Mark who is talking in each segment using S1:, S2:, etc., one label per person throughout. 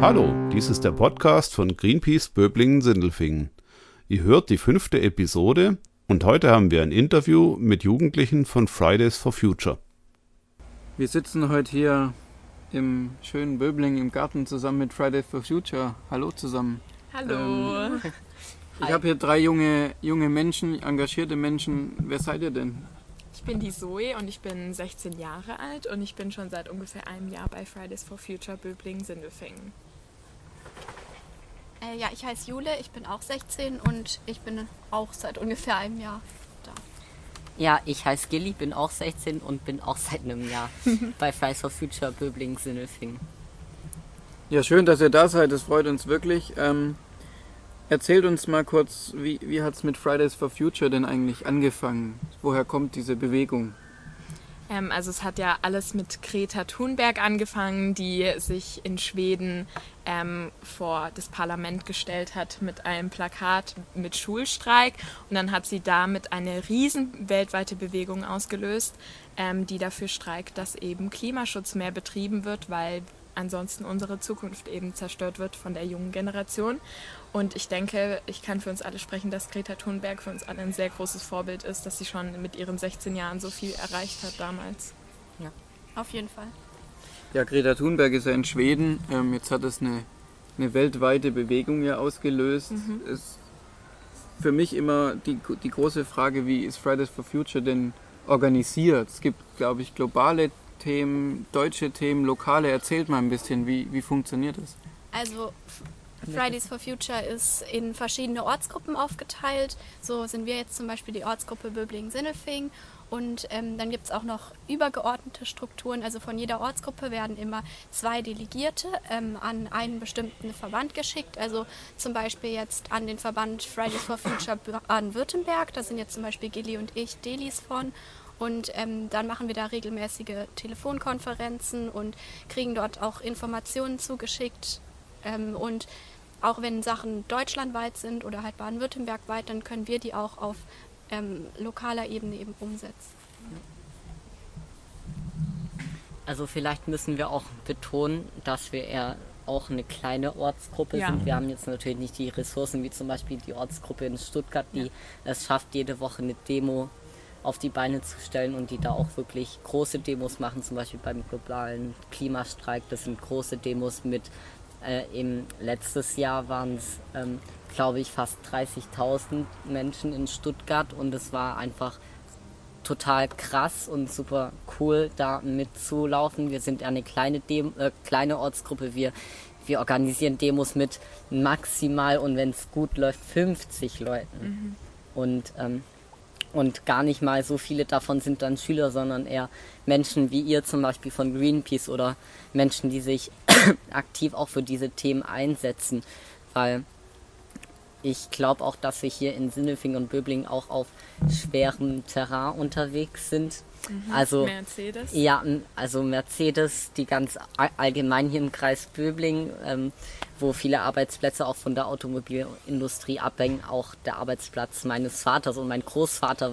S1: Hallo, dies ist der Podcast von Greenpeace Böblingen-Sindelfingen. Ihr hört die 5. Episode und heute haben wir ein Interview mit Jugendlichen von Fridays for Future.
S2: Wir sitzen heute hier im schönen Böblingen im Garten zusammen mit Fridays for Future. Hallo zusammen.
S3: Hallo.
S2: Ich habe hier 3 junge Menschen, engagierte Menschen. Wer seid ihr denn?
S3: Ich bin die Zoe und ich bin 16 Jahre alt und ich bin schon seit ungefähr einem Jahr bei Fridays for Future Böblingen-Sindelfingen.
S4: Ja, ich heiße Jule, ich bin auch 16 und ich bin auch seit ungefähr einem Jahr da.
S5: Ja, ich heiße Gilly, bin auch 16 und bin auch seit einem Jahr bei Fridays for Future Böblingen-Sindelfingen.
S2: Ja, schön, dass ihr da seid, das freut uns wirklich. Erzählt uns mal kurz, wie hat es mit Fridays for Future denn eigentlich angefangen? Woher kommt diese Bewegung?
S3: Also es hat ja alles mit Greta Thunberg angefangen, die sich in Schweden vor das Parlament gestellt hat mit einem Plakat mit Schulstreik. Und dann hat sie damit eine riesen weltweite Bewegung ausgelöst, die dafür streikt, dass eben Klimaschutz mehr betrieben wird, weil ansonsten unsere Zukunft eben zerstört wird von der jungen Generation. Und ich denke, ich kann für uns alle sprechen, dass Greta Thunberg für uns alle ein sehr großes Vorbild ist, dass sie schon mit ihren 16 Jahren so viel erreicht hat damals.
S4: Ja, auf jeden Fall.
S2: Ja, Greta Thunberg ist ja in Schweden. Jetzt hat es eine weltweite Bewegung ja ausgelöst. Ist für mich immer die große Frage, wie ist Fridays for Future denn organisiert? Es gibt, glaube ich, globale Themen, deutsche Themen, lokale. Erzählt mal ein bisschen, wie funktioniert das?
S4: Also Fridays for Future ist in verschiedene Ortsgruppen aufgeteilt. So sind wir jetzt zum Beispiel die Ortsgruppe Böblingen-Sindelfingen. Und dann gibt es auch noch übergeordnete Strukturen. Also von jeder Ortsgruppe werden immer 2 Delegierte an einen bestimmten Verband geschickt. Also zum Beispiel jetzt an den Verband Fridays for Future Baden-Württemberg. Da sind jetzt zum Beispiel Gilly und ich Delis von. Und dann machen wir da regelmäßige Telefonkonferenzen und kriegen dort auch Informationen zugeschickt. Und auch wenn Sachen deutschlandweit sind oder halt baden-württembergweit, dann können wir die auch auf lokaler Ebene eben umsetzen.
S5: Also vielleicht müssen wir auch betonen, dass wir eher auch eine kleine Ortsgruppe sind. Wir haben jetzt natürlich nicht die Ressourcen wie zum Beispiel die Ortsgruppe in Stuttgart, die es schafft, jede Woche eine Demo auf die Beine zu stellen und die da auch wirklich große Demos machen, zum Beispiel beim globalen Klimastreik. Das sind große Demos mit, im letztes Jahr waren es, glaube ich, fast 30.000 Menschen in Stuttgart und es war einfach total krass und super cool, da mitzulaufen. Wir sind eine kleine Ortsgruppe, wir organisieren Demos mit maximal und wenn es gut läuft 50 Leuten. Und gar nicht mal so viele davon sind dann Schüler, sondern eher Menschen wie ihr zum Beispiel von Greenpeace oder Menschen, die sich aktiv auch für diese Themen einsetzen. Weil ich glaube auch, dass wir hier in Sindelfingen und Böblingen auch auf schwerem Terrain unterwegs sind. Also
S3: Mercedes?
S5: Ja, also Mercedes, die ganz allgemein hier im Kreis Böblingen, wo viele Arbeitsplätze auch von der Automobilindustrie abhängen, auch der Arbeitsplatz meines Vaters und mein Großvater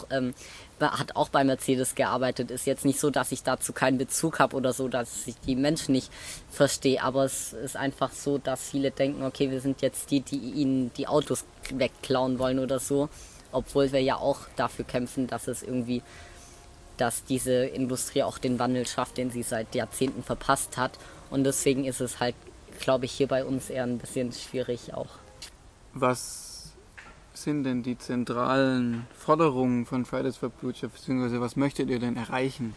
S5: hat auch bei Mercedes gearbeitet. Ist jetzt nicht so, dass ich dazu keinen Bezug habe oder so, dass ich die Menschen nicht verstehe, aber es ist einfach so, dass viele denken, okay, wir sind jetzt die ihnen die Autos wegklauen wollen oder so, obwohl wir ja auch dafür kämpfen, dass diese Industrie auch den Wandel schafft, den sie seit Jahrzehnten verpasst hat. Und deswegen ist es halt, glaube ich, hier bei uns eher ein bisschen schwierig auch.
S2: Was sind denn die zentralen Forderungen von Fridays for Future, beziehungsweise was möchtet ihr denn erreichen?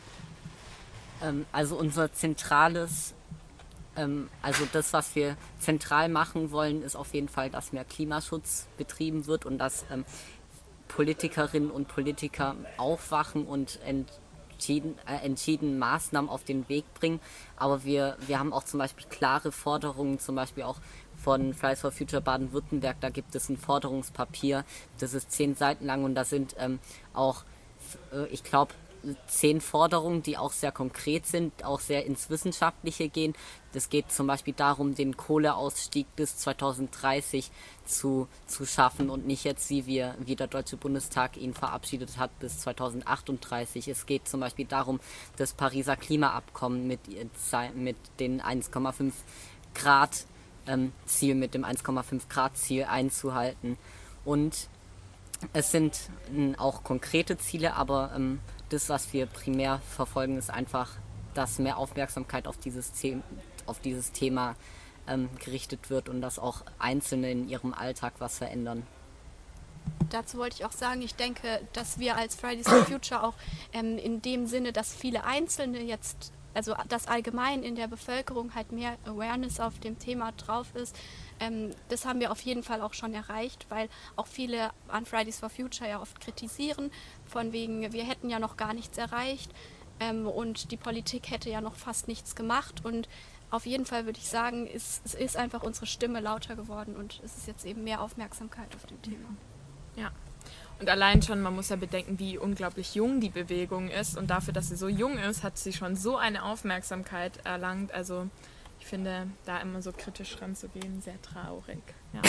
S5: Also unser zentrales, also das, was wir zentral machen wollen, ist auf jeden Fall, dass mehr Klimaschutz betrieben wird und dass Politikerinnen und Politiker aufwachen und entschieden Maßnahmen auf den Weg bringen. Aber wir haben auch zum Beispiel klare Forderungen, zum Beispiel auch von Fridays for Future Baden-Württemberg. Da gibt es ein Forderungspapier, das ist 10 Seiten lang und da sind auch, ich glaube, 10 Forderungen, die auch sehr konkret sind, auch sehr ins Wissenschaftliche gehen. Es geht zum Beispiel darum, den Kohleausstieg bis 2030 zu schaffen und nicht jetzt, wie der Deutsche Bundestag ihn verabschiedet hat, bis 2038. Es geht zum Beispiel darum, das Pariser Klimaabkommen mit den 1,5 Grad Ziel, mit dem 1,5 Grad Ziel einzuhalten. Und es sind auch konkrete Ziele, aber das, was wir primär verfolgen, ist einfach, dass mehr Aufmerksamkeit auf dieses Thema gerichtet wird und dass auch Einzelne in ihrem Alltag was verändern.
S4: Dazu wollte ich auch sagen, ich denke, dass wir als Fridays for Future auch in dem Sinne, dass viele Einzelne jetzt, also dass allgemein in der Bevölkerung halt mehr Awareness auf dem Thema drauf ist, das haben wir auf jeden Fall auch schon erreicht, weil auch viele an Fridays for Future ja oft kritisieren, von wegen, wir hätten ja noch gar nichts erreicht und die Politik hätte ja noch fast nichts gemacht, und auf jeden Fall würde ich sagen, es ist einfach unsere Stimme lauter geworden und es ist jetzt eben mehr Aufmerksamkeit auf dem Thema.
S3: Ja. Und allein schon, man muss ja bedenken, wie unglaublich jung die Bewegung ist, und dafür, dass sie so jung ist, hat sie schon so eine Aufmerksamkeit erlangt. Also ich finde, da immer so kritisch ranzugehen, sehr traurig.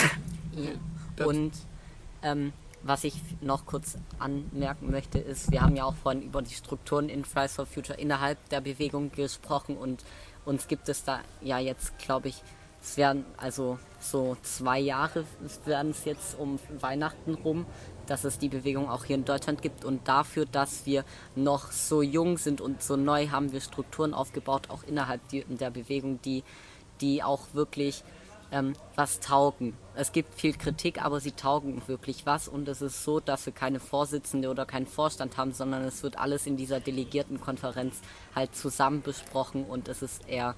S3: Ja.
S5: Und was ich noch kurz anmerken möchte, ist, wir haben ja auch vorhin über die Strukturen in Fridays for Future innerhalb der Bewegung gesprochen, und uns gibt es da ja jetzt, glaube ich, es werden also so 2 Jahre werden es jetzt um Weihnachten rum, dass es die Bewegung auch hier in Deutschland gibt, und dafür, dass wir noch so jung sind und so neu, haben wir Strukturen aufgebaut, auch innerhalb der Bewegung, die auch wirklich was taugen. Es gibt viel Kritik, aber sie taugen wirklich was, und es ist so, dass wir keine Vorsitzende oder keinen Vorstand haben, sondern es wird alles in dieser Delegiertenkonferenz halt zusammen besprochen, und es ist eher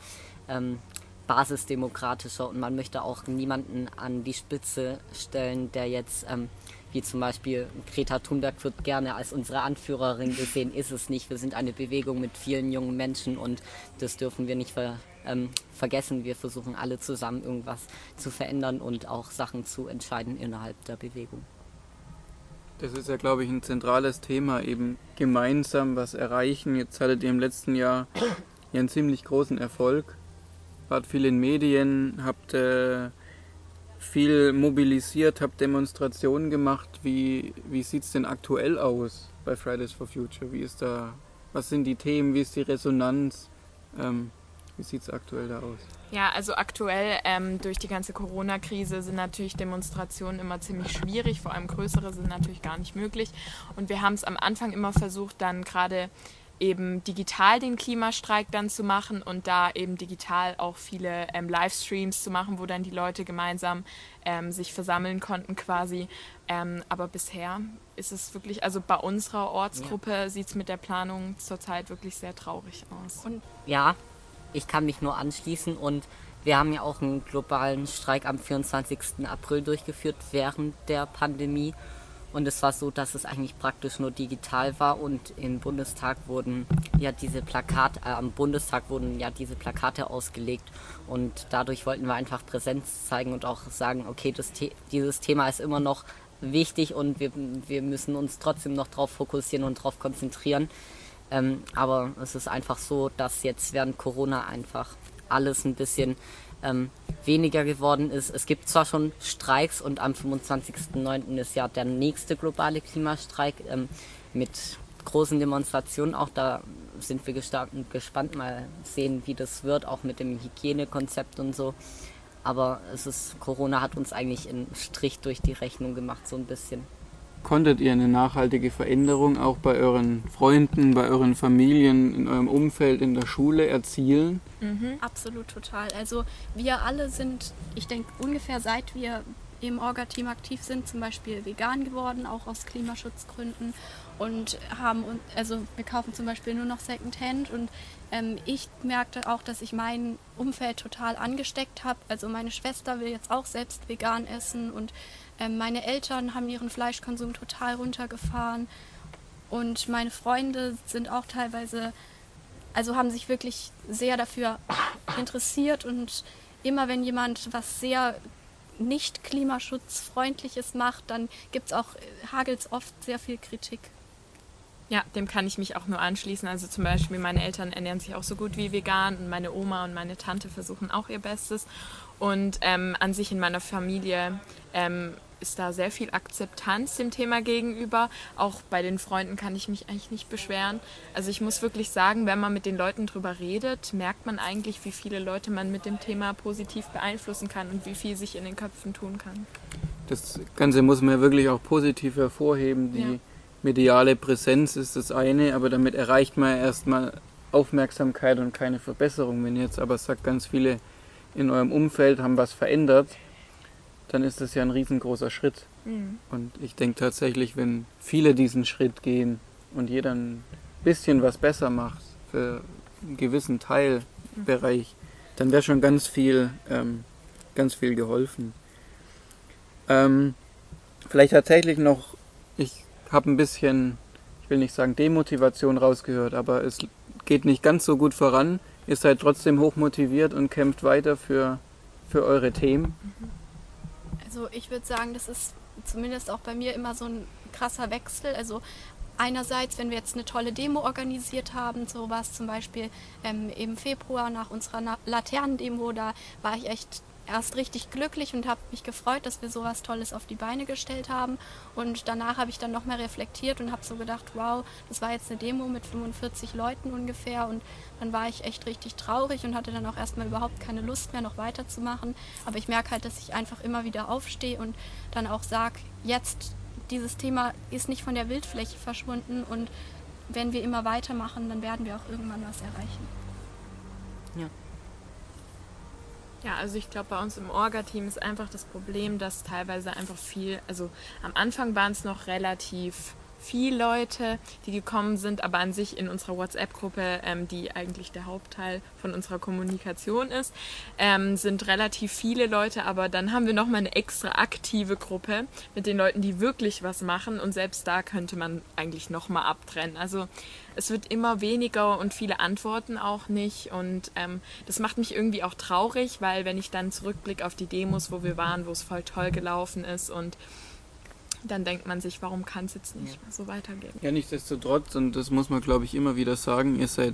S5: basisdemokratischer, und man möchte auch niemanden an die Spitze stellen, der jetzt, wie zum Beispiel Greta Thunberg wird gerne als unsere Anführerin gesehen, ist es nicht. Wir sind eine Bewegung mit vielen jungen Menschen, und das dürfen wir nicht vergessen. Wir versuchen alle zusammen irgendwas zu verändern und auch Sachen zu entscheiden innerhalb der Bewegung.
S2: Das ist ja, glaube ich, ein zentrales Thema, eben gemeinsam was erreichen. Jetzt hattet ihr im letzten Jahr ja einen ziemlich großen Erfolg. Wart viel in Medien, habt viel mobilisiert, habt Demonstrationen gemacht. Wie sieht es denn aktuell aus bei Fridays for Future? Was sind die Themen, wie ist die Resonanz? Wie sieht es aktuell da aus?
S3: Ja, also aktuell durch die ganze Corona-Krise sind natürlich Demonstrationen immer ziemlich schwierig, vor allem größere sind natürlich gar nicht möglich. Und wir haben es am Anfang immer versucht, dann gerade eben digital den Klimastreik dann zu machen und da eben digital auch viele Livestreams zu machen, wo dann die Leute gemeinsam sich versammeln konnten quasi. Aber bisher ist es wirklich, also bei unserer Ortsgruppe sieht es mit der Planung zurzeit wirklich sehr traurig aus.
S5: Und ja, ich kann mich nur anschließen, und wir haben ja auch einen globalen Streik am 24. April durchgeführt während der Pandemie. Und es war so, dass es eigentlich praktisch nur digital war, und im Bundestag wurden ja diese Plakate ausgelegt, und dadurch wollten wir einfach Präsenz zeigen und auch sagen, okay, dieses Thema ist immer noch wichtig, und wir müssen uns trotzdem noch drauf fokussieren und drauf konzentrieren. Aber es ist einfach so, dass jetzt während Corona einfach alles ein bisschen weniger geworden ist. Es gibt zwar schon Streiks, und am 25.09. ist ja der nächste globale Klimastreik mit großen Demonstrationen. Auch da sind wir gespannt, mal sehen, wie das wird, auch mit dem Hygienekonzept und so. Aber Corona hat uns eigentlich einen Strich durch die Rechnung gemacht, so ein bisschen.
S2: Konntet ihr eine nachhaltige Veränderung auch bei euren Freunden, bei euren Familien, in eurem Umfeld, in der Schule erzielen?
S4: Absolut, total. Also wir alle sind, ich denke, ungefähr seit wir im Orga-Team aktiv sind, zum Beispiel vegan geworden, auch aus Klimaschutzgründen, und wir kaufen zum Beispiel nur noch Secondhand, und ich merkte auch, dass ich mein Umfeld total angesteckt habe. Also meine Schwester will jetzt auch selbst vegan essen, und meine Eltern haben ihren Fleischkonsum total runtergefahren, und meine Freunde sind auch teilweise, also haben sich wirklich sehr dafür interessiert, und immer wenn jemand was sehr nicht klimaschutzfreundliches macht, dann hagelt es oft sehr viel Kritik.
S3: Ja, dem kann ich mich auch nur anschließen. Also zum Beispiel meine Eltern ernähren sich auch so gut wie vegan, und meine Oma und meine Tante versuchen auch ihr Bestes. Und an sich in meiner Familie ist da sehr viel Akzeptanz dem Thema gegenüber. Auch bei den Freunden kann ich mich eigentlich nicht beschweren. Also ich muss wirklich sagen, wenn man mit den Leuten drüber redet, merkt man eigentlich, wie viele Leute man mit dem Thema positiv beeinflussen kann und wie viel sich in den Köpfen tun kann.
S2: Das Ganze muss man ja wirklich auch positiv hervorheben. Die mediale Präsenz ist das eine, aber damit erreicht man ja erstmal Aufmerksamkeit und keine Verbesserung. Wenn ihr jetzt aber sagt, ganz viele in eurem Umfeld haben was verändert, dann ist das ja ein riesengroßer Schritt. Und ich denke tatsächlich, wenn viele diesen Schritt gehen und jeder ein bisschen was besser macht für einen gewissen Teilbereich, dann wäre schon ganz viel geholfen. Vielleicht tatsächlich noch, ich habe ein bisschen, ich will nicht sagen Demotivation rausgehört, aber es geht nicht ganz so gut voran. Ihr seid trotzdem hochmotiviert und kämpft weiter für eure Themen.
S4: Also ich würde sagen, das ist zumindest auch bei mir immer so ein krasser Wechsel. Also einerseits, wenn wir jetzt eine tolle Demo organisiert haben, so war es zum Beispiel im Februar nach unserer Laternendemo, da war ich echt erst richtig glücklich und habe mich gefreut, dass wir sowas Tolles auf die Beine gestellt haben. Und danach habe ich dann noch mehr reflektiert und habe so gedacht, wow, das war jetzt eine Demo mit 45 Leuten ungefähr. Und dann war ich echt richtig traurig und hatte dann auch erstmal überhaupt keine Lust mehr, noch weiterzumachen. Aber ich merke halt, dass ich einfach immer wieder aufstehe und dann auch sage, jetzt, dieses Thema ist nicht von der Bildfläche verschwunden und wenn wir immer weitermachen, dann werden wir auch irgendwann was erreichen.
S3: Ja, also ich glaube, bei uns im Orga-Team ist einfach das Problem, dass teilweise einfach also am Anfang waren es noch relativ viele Leute, die gekommen sind, aber an sich in unserer WhatsApp-Gruppe, die eigentlich der Hauptteil von unserer Kommunikation ist, sind relativ viele Leute, aber dann haben wir nochmal eine extra aktive Gruppe mit den Leuten, die wirklich was machen und selbst da könnte man eigentlich nochmal abtrennen. Also es wird immer weniger und viele antworten auch nicht und das macht mich irgendwie auch traurig, weil wenn ich dann zurückblicke auf die Demos, wo wir waren, wo es voll toll gelaufen ist und dann denkt man sich, warum kann es jetzt nicht mehr so weitergehen?
S2: Ja, nichtsdestotrotz, und das muss man, glaube ich, immer wieder sagen, ihr seid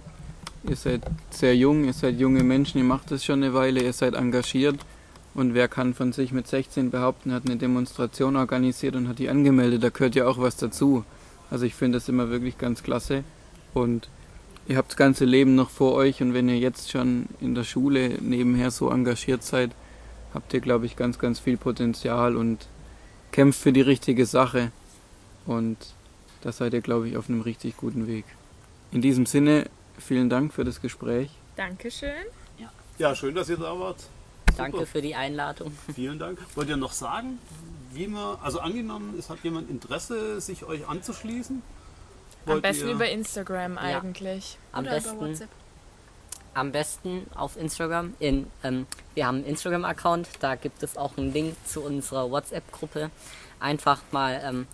S2: sehr jung, ihr seid junge Menschen, ihr macht das schon eine Weile, ihr seid engagiert und wer kann von sich mit 16 behaupten, hat eine Demonstration organisiert und hat die angemeldet, da gehört ja auch was dazu. Also ich finde das immer wirklich ganz klasse und ihr habt das ganze Leben noch vor euch und wenn ihr jetzt schon in der Schule nebenher so engagiert seid, habt ihr, glaube ich, ganz, ganz viel Potenzial und kämpft für die richtige Sache und da seid ihr, glaube ich, auf einem richtig guten Weg. In diesem Sinne, vielen Dank für das Gespräch.
S3: Dankeschön.
S1: Ja, schön, dass ihr da wart.
S5: Danke für die Einladung.
S1: Vielen Dank. Wollt ihr noch sagen, also angenommen, es hat jemand Interesse, sich euch anzuschließen?
S3: Am besten über Instagram eigentlich.
S5: Am
S4: Oder über WhatsApp.
S5: Am besten auf Instagram. Wir haben einen Instagram-Account, da gibt es auch einen Link zu unserer WhatsApp-Gruppe. Einfach mal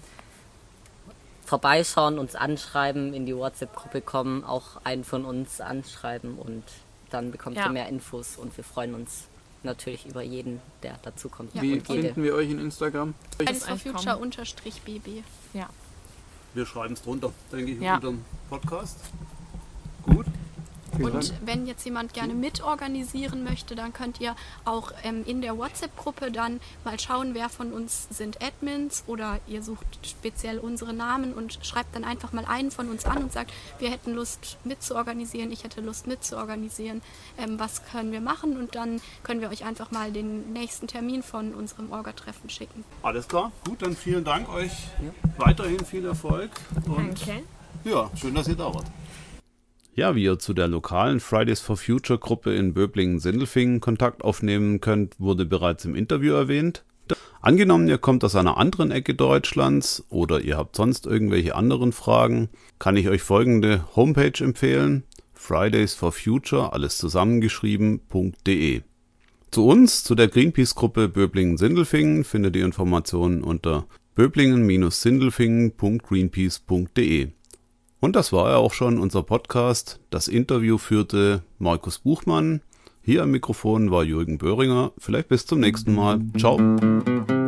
S5: vorbeischauen, uns anschreiben, in die WhatsApp-Gruppe kommen, auch einen von uns anschreiben und dann bekommt ihr mehr Infos und wir freuen uns natürlich über jeden, der dazukommt.
S2: Wie finden wir euch in Instagram?
S4: Fridays for Future _BB.
S3: Ja.
S1: Wir schreiben es drunter, denke ich,
S3: Ja.
S1: unter dem Podcast. Gut.
S4: Und wenn jetzt jemand gerne mitorganisieren möchte, dann könnt ihr auch in der WhatsApp-Gruppe dann mal schauen, wer von uns sind Admins oder ihr sucht speziell unsere Namen und schreibt dann einfach mal einen von uns an und sagt, wir hätten Lust mitzuorganisieren, ich hätte Lust mitzuorganisieren, was können wir machen und dann können wir euch einfach mal den nächsten Termin von unserem Orga-Treffen schicken.
S1: Alles klar, gut, dann vielen Dank euch. Weiterhin viel Erfolg. Und
S3: Danke.
S1: ja, schön, dass ihr da wart. Ja, wie ihr zu der lokalen Fridays for Future Gruppe in Böblingen-Sindelfingen Kontakt aufnehmen könnt, wurde bereits im Interview erwähnt. Angenommen, ihr kommt aus einer anderen Ecke Deutschlands oder ihr habt sonst irgendwelche anderen Fragen, kann ich euch folgende Homepage empfehlen: fridaysforfuture, alles zusammengeschrieben.de. Zu uns, zu der Greenpeace-Gruppe Böblingen-Sindelfingen, findet ihr Informationen unter böblingen-sindelfingen.greenpeace.de. Und das war ja auch schon unser Podcast. Das Interview führte Markus Buchmann. Hier am Mikrofon war Jürgen Böhringer. Vielleicht bis zum nächsten Mal. Ciao.